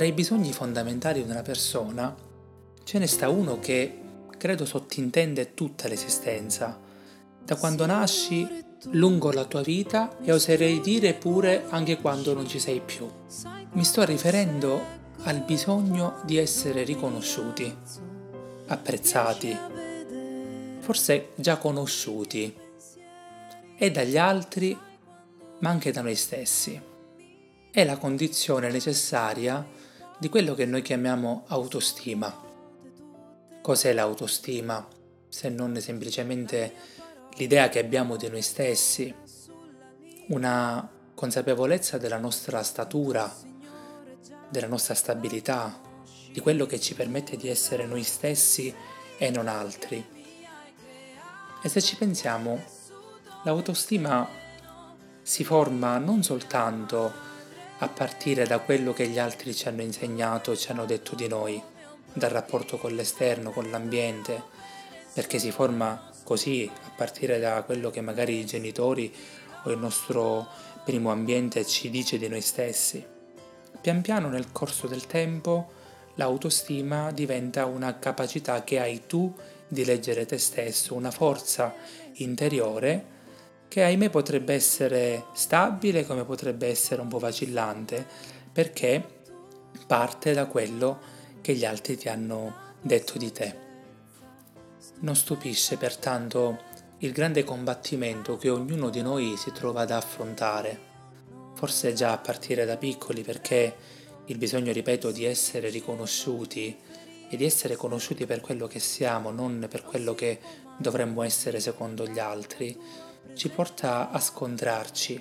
Tra i bisogni fondamentali di una persona ce ne sta uno che credo sottintende tutta l'esistenza, da quando nasci, lungo la tua vita e oserei dire pure anche quando non ci sei più. Mi sto riferendo al bisogno di essere riconosciuti, apprezzati, forse già conosciuti, e dagli altri, ma anche da noi stessi. È la condizione necessaria di quello che noi chiamiamo autostima. Cos'è l'autostima, se non semplicemente l'idea che abbiamo di noi stessi, una consapevolezza della nostra statura, della nostra stabilità, di quello che ci permette di essere noi stessi e non altri. E se ci pensiamo, l'autostima si forma non soltanto a partire da quello che gli altri ci hanno insegnato e ci hanno detto di noi, dal rapporto con l'esterno, con l'ambiente, perché si forma così a partire da quello che magari i genitori o il nostro primo ambiente ci dice di noi stessi. Pian piano nel corso del tempo l'autostima diventa una capacità che hai tu di leggere te stesso, una forza interiore che ahimè potrebbe essere stabile come potrebbe essere un po' vacillante, perché parte da quello che gli altri ti hanno detto di te. Non stupisce pertanto il grande combattimento che ognuno di noi si trova ad affrontare, forse già a partire da piccoli, perché il bisogno, ripeto, di essere riconosciuti e di essere conosciuti per quello che siamo, non per quello che dovremmo essere secondo gli altri, ci porta a scontrarci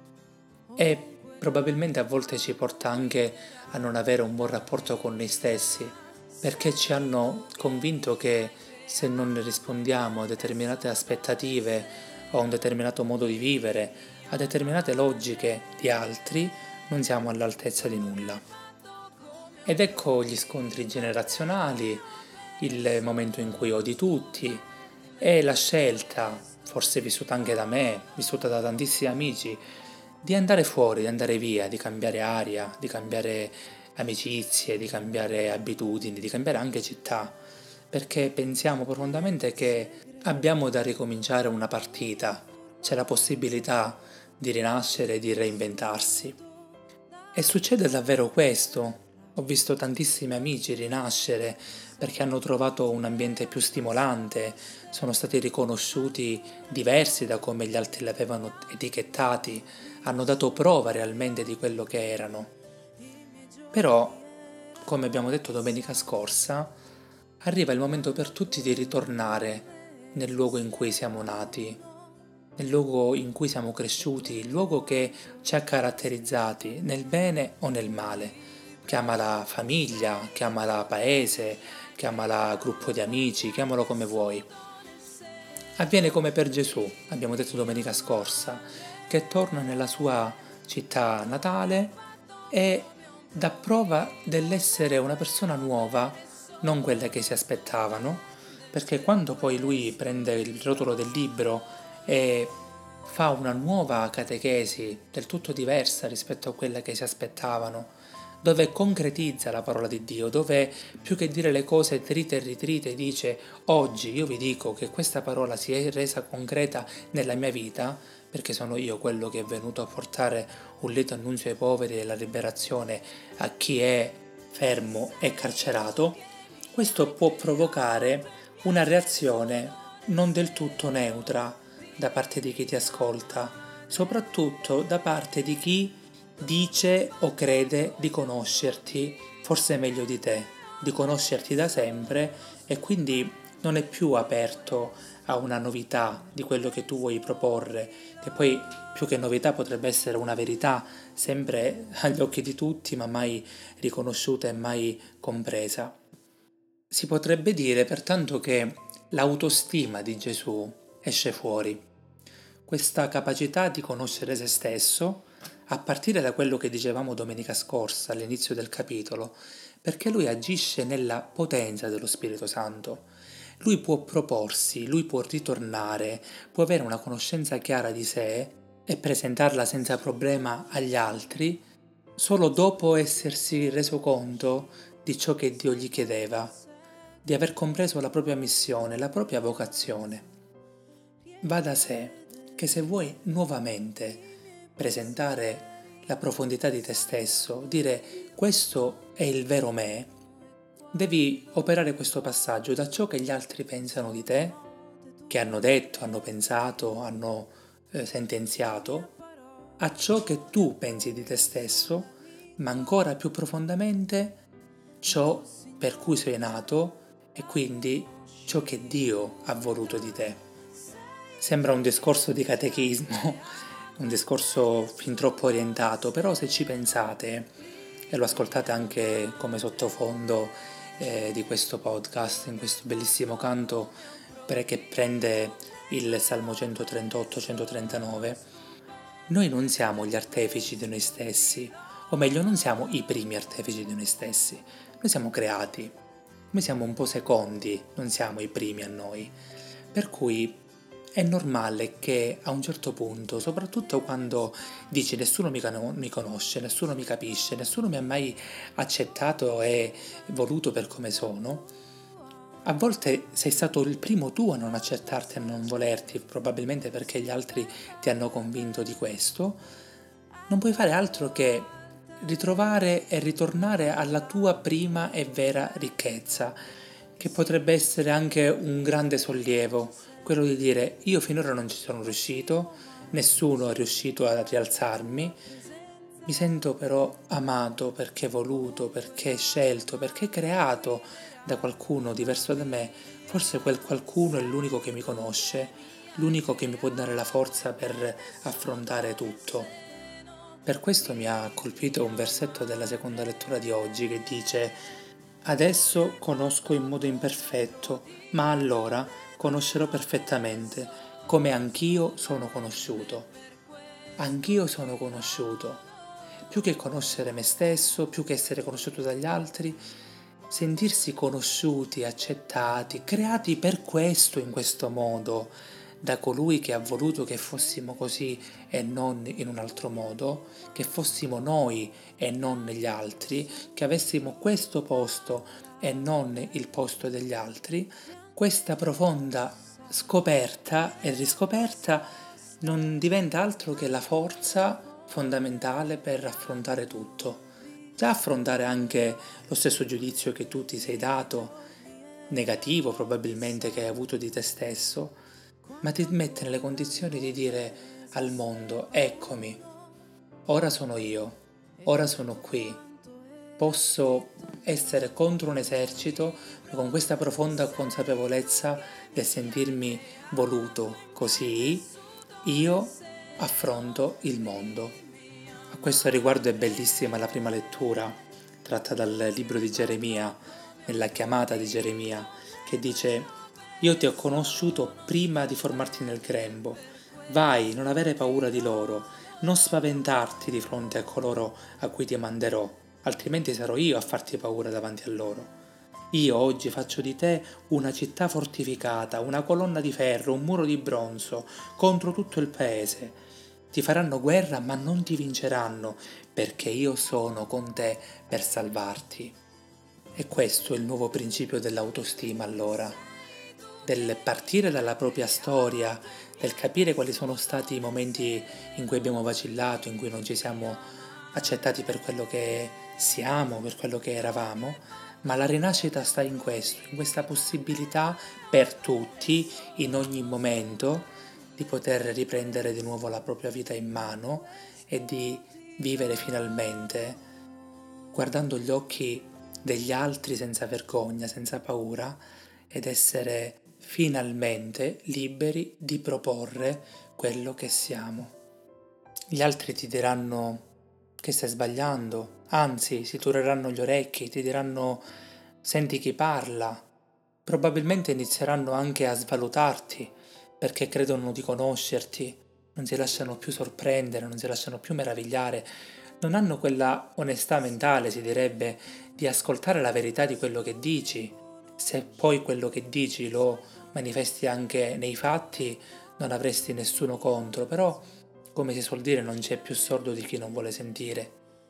e probabilmente a volte ci porta anche a non avere un buon rapporto con noi stessi, perché ci hanno convinto che se non rispondiamo a determinate aspettative o a un determinato modo di vivere, a determinate logiche di altri, non siamo all'altezza di nulla. Ed ecco gli scontri generazionali, il momento in cui odi tutti e la scelta, forse vissuta anche da me, vissuta da tantissimi amici, di andare fuori, di andare via, di cambiare aria, di cambiare amicizie, di cambiare abitudini, di cambiare anche città, perché pensiamo profondamente che abbiamo da ricominciare una partita, c'è la possibilità di rinascere e di reinventarsi. E succede davvero questo. Ho visto tantissimi amici rinascere perché hanno trovato un ambiente più stimolante, sono stati riconosciuti diversi da come gli altri li avevano etichettati, hanno dato prova realmente di quello che erano. Però, come abbiamo detto domenica scorsa, arriva il momento per tutti di ritornare nel luogo in cui siamo nati, nel luogo in cui siamo cresciuti, il luogo che ci ha caratterizzati, nel bene o nel male. Chiamala famiglia, chiamala paese, chiamala gruppo di amici, chiamalo come vuoi. Avviene come per Gesù, abbiamo detto domenica scorsa, che torna nella sua città natale e dà prova dell'essere una persona nuova, non quella che si aspettavano, perché quando poi lui prende il rotolo del libro e fa una nuova catechesi del tutto diversa rispetto a quella che si aspettavano, dove concretizza la parola di Dio, dove più che dire le cose trite e ritrite dice: oggi io vi dico che questa parola si è resa concreta nella mia vita, perché sono io quello che è venuto a portare un lieto annunzio ai poveri e la liberazione a chi è fermo e carcerato. Questo può provocare una reazione non del tutto neutra da parte di chi ti ascolta, soprattutto da parte di chi dice o crede di conoscerti forse meglio di te, di conoscerti da sempre e quindi non è più aperto a una novità di quello che tu vuoi proporre, che poi più che novità potrebbe essere una verità sempre agli occhi di tutti ma mai riconosciuta e mai compresa. Si potrebbe dire pertanto che l'autostima di Gesù esce fuori, questa capacità di conoscere se stesso a partire da quello che dicevamo domenica scorsa all'inizio del capitolo, perché lui agisce nella potenza dello Spirito Santo. Lui può proporsi, lui può ritornare, può avere una conoscenza chiara di sé e presentarla senza problema agli altri, solo dopo essersi reso conto di ciò che Dio gli chiedeva, di aver compreso la propria missione, la propria vocazione. Va da sé che se vuoi nuovamente presentare la profondità di te stesso, dire questo è il vero me, devi operare questo passaggio da ciò che gli altri pensano di te, che hanno detto, hanno pensato, hanno sentenziato, a ciò che tu pensi di te stesso, ma ancora più profondamente ciò per cui sei nato e quindi ciò che Dio ha voluto di te. Sembra un discorso di catechismo, un discorso fin troppo orientato, però se ci pensate e lo ascoltate anche come sottofondo di questo podcast, in questo bellissimo canto che prende il Salmo 138-139, noi non siamo gli artefici di noi stessi, o meglio non siamo i primi artefici di noi stessi, noi siamo creati, noi siamo un po' secondi, non siamo i primi a noi, per cui è normale che a un certo punto, soprattutto quando dici nessuno mi conosce, nessuno mi capisce, nessuno mi ha mai accettato e voluto per come sono, a volte sei stato il primo tu a non accettarti, a non volerti, probabilmente perché gli altri ti hanno convinto di questo, non puoi fare altro che ritrovare e ritornare alla tua prima e vera ricchezza, che potrebbe essere anche un grande sollievo, quello di dire io finora non ci sono riuscito, nessuno è riuscito a rialzarmi, mi sento però amato perché voluto, perché scelto, perché creato da qualcuno diverso da me, forse quel qualcuno è l'unico che mi conosce, l'unico che mi può dare la forza per affrontare tutto. Per questo mi ha colpito un versetto della seconda lettura di oggi che dice: Adesso conosco in modo imperfetto, ma allora conoscerò perfettamente, come anch'io sono conosciuto. Anch'io sono conosciuto. Più che conoscere me stesso, più che essere conosciuto dagli altri, sentirsi conosciuti, accettati, creati per questo in questo modo, da colui che ha voluto che fossimo così e non in un altro modo, che fossimo noi e non gli altri, che avessimo questo posto e non il posto degli altri, questa profonda scoperta e riscoperta non diventa altro che la forza fondamentale per affrontare tutto. Già affrontare anche lo stesso giudizio che tu ti sei dato, negativo probabilmente che hai avuto di te stesso, ma ti mette nelle condizioni di dire al mondo, eccomi, ora sono io, ora sono qui, posso essere contro un esercito, ma con questa profonda consapevolezza del sentirmi voluto così, io affronto il mondo. A questo riguardo è bellissima la prima lettura, tratta dal libro di Geremia, nella chiamata di Geremia, che dice: Io ti ho conosciuto prima di formarti nel grembo. Vai, non avere paura di loro, non spaventarti di fronte a coloro a cui ti manderò, altrimenti sarò io a farti paura davanti a loro. Io oggi faccio di te una città fortificata, una colonna di ferro, un muro di bronzo contro tutto il paese. Ti faranno guerra ma non ti vinceranno, perché io sono con te per salvarti. E questo è il nuovo principio dell'autostima allora, del partire dalla propria storia, del capire quali sono stati i momenti in cui abbiamo vacillato, in cui non ci siamo accettati per quello che siamo, per quello che eravamo, ma la rinascita sta in questo, in questa possibilità per tutti, in ogni momento, di poter riprendere di nuovo la propria vita in mano e di vivere finalmente guardando gli occhi degli altri senza vergogna, senza paura ed essere finalmente liberi di proporre quello che siamo. Gli altri ti diranno che stai sbagliando, anzi si tureranno gli orecchi, ti diranno senti chi parla, probabilmente inizieranno anche a svalutarti perché credono di conoscerti, non si lasciano più sorprendere, non si lasciano più meravigliare, non hanno quella onestà mentale, si direbbe, di ascoltare la verità di quello che dici. Se poi quello che dici lo manifesti anche nei fatti, non avresti nessuno contro, però, come si suol dire, non c'è più sordo di chi non vuole sentire.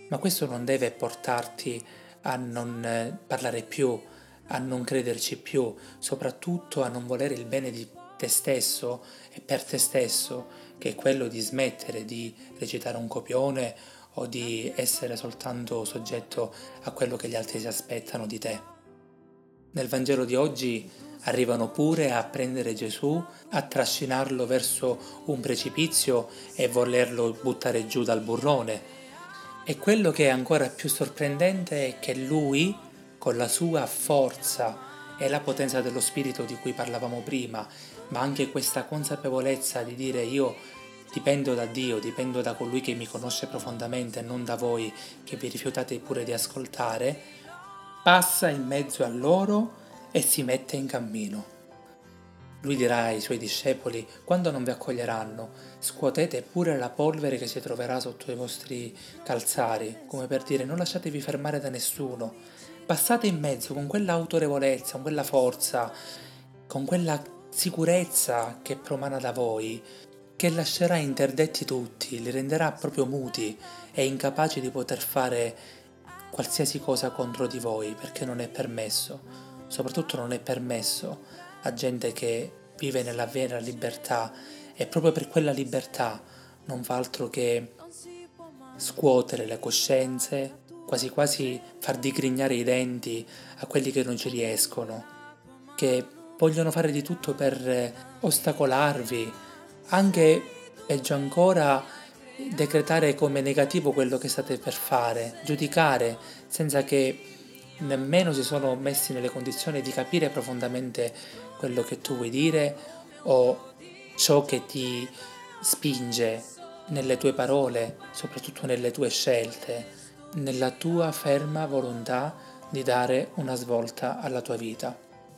Ma questo non deve portarti a non parlare più, a non crederci più, soprattutto a non volere il bene di te stesso e per te stesso, che è quello di smettere di recitare un copione o di essere soltanto soggetto a quello che gli altri si aspettano di te. Nel Vangelo di oggi arrivano pure a prendere Gesù, a trascinarlo verso un precipizio e volerlo buttare giù dal burrone. E quello che è ancora più sorprendente è che lui, con la sua forza e la potenza dello spirito di cui parlavamo prima, ma anche questa consapevolezza di dire io dipendo da Dio, dipendo da colui che mi conosce profondamente e non da voi che vi rifiutate pure di ascoltare, passa in mezzo a loro e si mette in cammino. Lui dirà ai suoi discepoli: quando non vi accoglieranno, scuotete pure la polvere che si troverà sotto i vostri calzari, come per dire non lasciatevi fermare da nessuno. Passate in mezzo con quella autorevolezza, con quella forza, con quella sicurezza che promana da voi, che lascerà interdetti tutti, li renderà proprio muti e incapaci di poter fare qualsiasi cosa contro di voi, perché non è permesso. Soprattutto non è permesso a gente che vive nella vera libertà e proprio per quella libertà non fa altro che scuotere le coscienze, quasi quasi far digrignare i denti a quelli che non ci riescono, che vogliono fare di tutto per ostacolarvi, anche peggio ancora decretare come negativo quello che state per fare, giudicare senza che nemmeno si sono messi nelle condizioni di capire profondamente quello che tu vuoi dire o ciò che ti spinge nelle tue parole, soprattutto nelle tue scelte, nella tua ferma volontà di dare una svolta alla tua vita.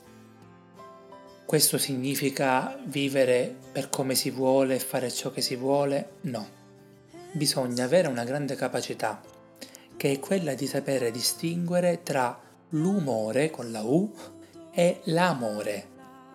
Questo significa vivere per come si vuole e fare ciò che si vuole? No. Bisogna avere una grande capacità, che è quella di sapere distinguere tra l'umore con la U e l'amore.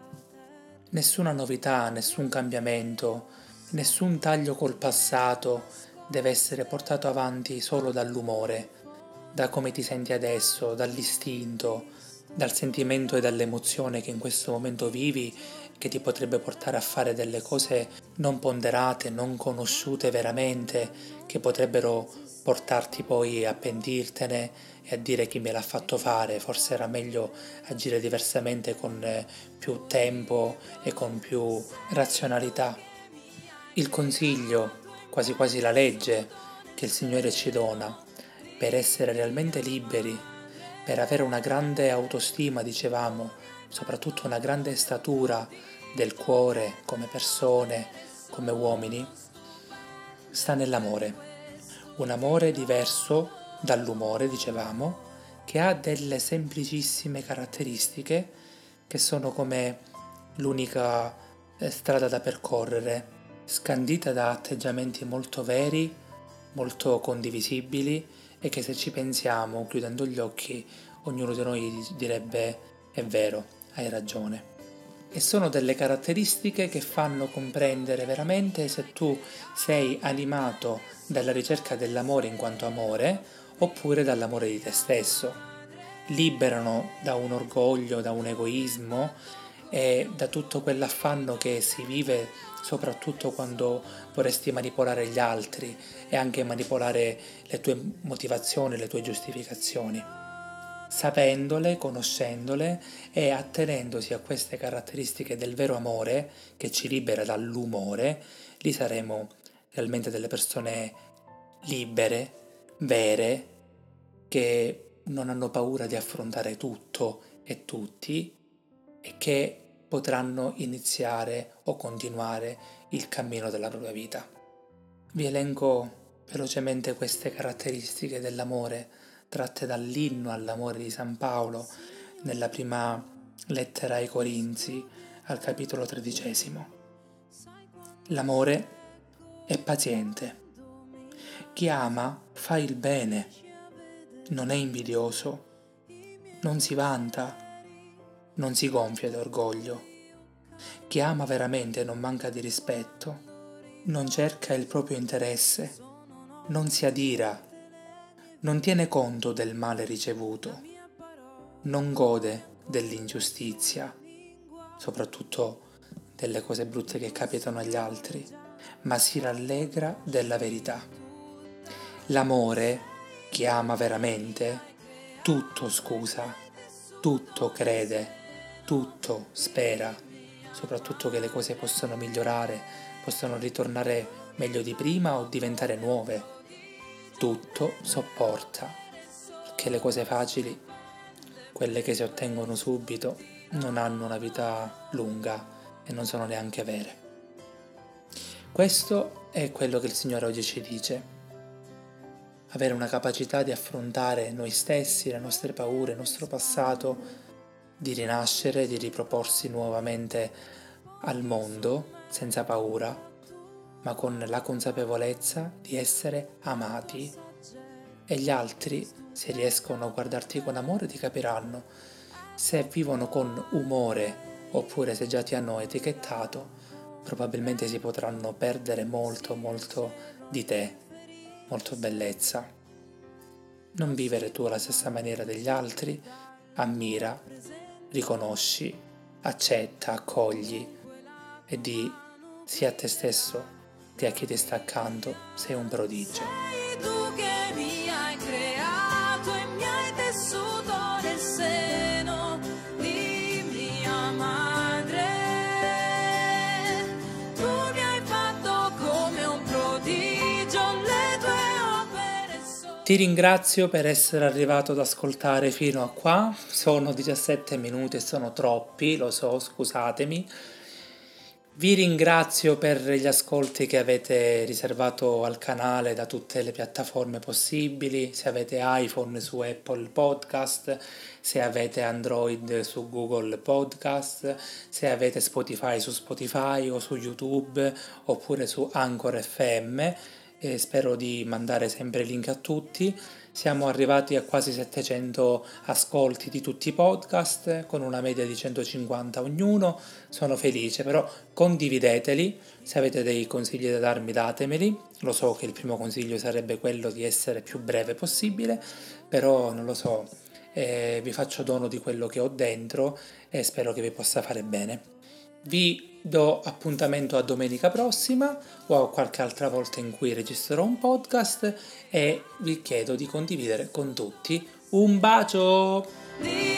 Nessuna novità, nessun cambiamento, nessun taglio col passato deve essere portato avanti solo dall'umore, da come ti senti adesso, dall'istinto, dal sentimento e dall'emozione che in questo momento vivi, che ti potrebbe portare a fare delle cose non ponderate, non conosciute veramente, che potrebbero portarti poi a pentirtene e a dire chi me l'ha fatto fare, forse era meglio agire diversamente con più tempo e con più razionalità. Il consiglio, quasi quasi la legge che il Signore ci dona per essere realmente liberi, per avere una grande autostima, dicevamo, soprattutto una grande statura del cuore come persone, come uomini, sta nell'amore. Un amore diverso dall'umore, dicevamo, che ha delle semplicissime caratteristiche che sono come l'unica strada da percorrere, scandita da atteggiamenti molto veri, molto condivisibili e che se ci pensiamo, chiudendo gli occhi, ognuno di noi direbbe è vero, hai ragione. E sono delle caratteristiche che fanno comprendere veramente se tu sei animato dalla ricerca dell'amore in quanto amore oppure dall'amore di te stesso. Liberano da un orgoglio, da un egoismo e da tutto quell'affanno che si vive soprattutto quando vorresti manipolare gli altri e anche manipolare le tue motivazioni, le tue giustificazioni. Sapendole, conoscendole e attenendosi a queste caratteristiche del vero amore che ci libera dall'umore, lì saremo realmente delle persone libere, vere, che non hanno paura di affrontare tutto e tutti e che potranno iniziare o continuare il cammino della propria vita. Vi elenco velocemente queste caratteristiche dell'amore tratte dall'inno all'amore di San Paolo nella prima lettera ai Corinzi al capitolo 13. L'amore è paziente. Chi ama fa il bene, non è invidioso, non si vanta, non si gonfia d'orgoglio. Chi ama veramente non manca di rispetto, non cerca il proprio interesse, non si adira, non tiene conto del male ricevuto, non gode dell'ingiustizia, soprattutto delle cose brutte che capitano agli altri, ma si rallegra della verità. L'amore, chi ama veramente, tutto scusa, tutto crede, tutto spera, soprattutto che le cose possano migliorare, possano ritornare meglio di prima o diventare nuove. Tutto sopporta, perché le cose facili, quelle che si ottengono subito, non hanno una vita lunga e non sono neanche vere. Questo è quello che il Signore oggi ci dice. Avere una capacità di affrontare noi stessi, le nostre paure, il nostro passato, di rinascere, di riproporsi nuovamente al mondo senza paura, ma con la consapevolezza di essere amati. E gli altri, se riescono a guardarti con amore, ti capiranno. Se vivono con umore, oppure se già ti hanno etichettato, probabilmente si potranno perdere molto di te, molto bellezza. Non vivere tu alla stessa maniera degli altri, ammira, riconosci, accetta, accogli e di sia a te stesso che a chi ti sta accanto sei un prodigio. Sei tu che mi hai creato e mi hai tessuto nel seno di mia madre. Tu mi hai fatto come un prodigio, le tue opere sono... Ti ringrazio per essere arrivato ad ascoltare fino a qua, sono 17 minuti e sono troppi, lo so, scusatemi. Vi ringrazio per gli ascolti che avete riservato al canale da tutte le piattaforme possibili, se avete iPhone su Apple Podcast, se avete Android su Google Podcast, se avete Spotify su Spotify o su YouTube oppure su Anchor FM. Spero di mandare sempre il link a tutti. Siamo arrivati a quasi 700 ascolti di tutti i podcast con una media di 150 ognuno. Sono felice, però condivideteli. Se avete dei consigli da darmi, datemeli. Lo so che il primo consiglio sarebbe quello di essere più breve possibile, però non lo so, vi faccio dono di quello che ho dentro e spero che vi possa fare bene. Vi do appuntamento a domenica prossima o a qualche altra volta in cui registrerò un podcast e vi chiedo di condividere con tutti. Un bacio!